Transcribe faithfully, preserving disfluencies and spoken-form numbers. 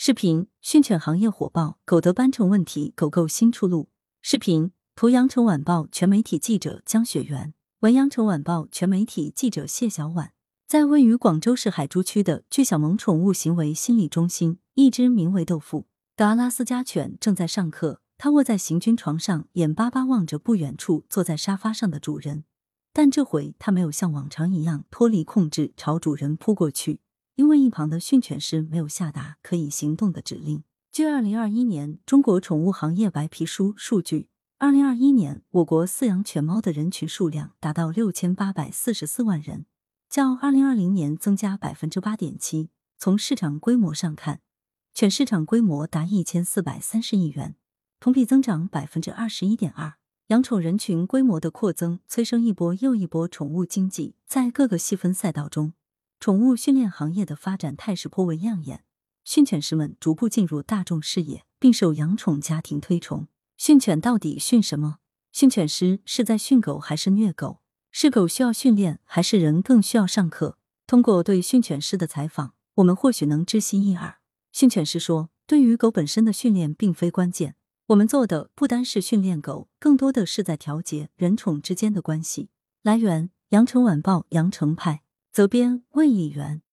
视频：训犬行业火爆，狗得斑成问题，狗狗新出路。视频：图：羊城晚报全媒体记者江雪媛，文：羊城晚报全媒体记者谢小婉。在位于广州市海珠区的巨小萌宠物行为心理中心，一只名为豆腐的阿拉斯加犬正在上课。它卧在行军床上，眼巴巴望着不远处坐在沙发上的主人。但这回它没有像往常一样脱离控制朝主人扑过去，因为一旁的训犬师没有下达可以行动的指令。据二零二一年中国宠物行业白皮书数据，二零二一年我国饲养犬猫的人群数量达到六千八百四十四万人，较二零二零年增加 百分之八点七。 从市场规模上看，犬市场规模达一千四百三十亿元，同比增长 百分之二十一点二。 养宠人群规模的扩增催生一波又一波宠物经济，在各个细分赛道中，宠物训练行业的发展态势颇为亮眼，训犬师们逐步进入大众视野，并受养宠家庭推崇。训犬到底训什么？训犬师是在训狗还是虐狗？是狗需要训练，还是人更需要上课？通过对训犬师的采访，我们或许能知悉一二。训犬师说，对于狗本身的训练并非关键，我们做的不单是训练狗，更多的是在调节人宠之间的关系。来源：羊城晚报羊城派，责编：魏丽媛。